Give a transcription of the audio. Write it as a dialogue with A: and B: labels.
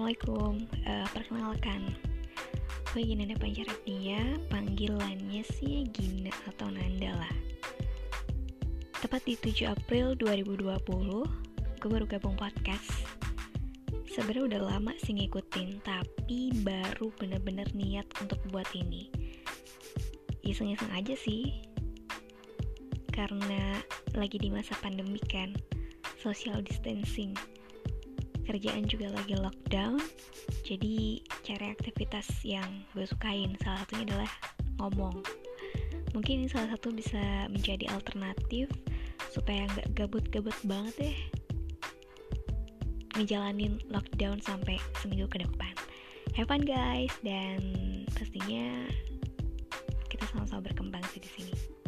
A: Assalamualaikum, perkenalkan, gue Gina Pancaratnia, panggilannya sih Gina atau Nanda lah. Tepat di 7 April 2020, gue baru gabung podcast. Sebenarnya udah lama sih ngikutin, tapi baru bener-bener niat untuk buat ini. Iseng-iseng aja sih, karena lagi di masa pandemi kan, social distancing. Kerjaan juga lagi lockdown, jadi cari aktivitas yang gue sukain. Salah satunya adalah ngomong. Mungkin ini salah satu bisa menjadi alternatif supaya nggak gabut-gabut banget deh ngejalanin lockdown sampai seminggu ke depan. Have fun guys, dan pastinya kita sama-sama berkembang sih di sini.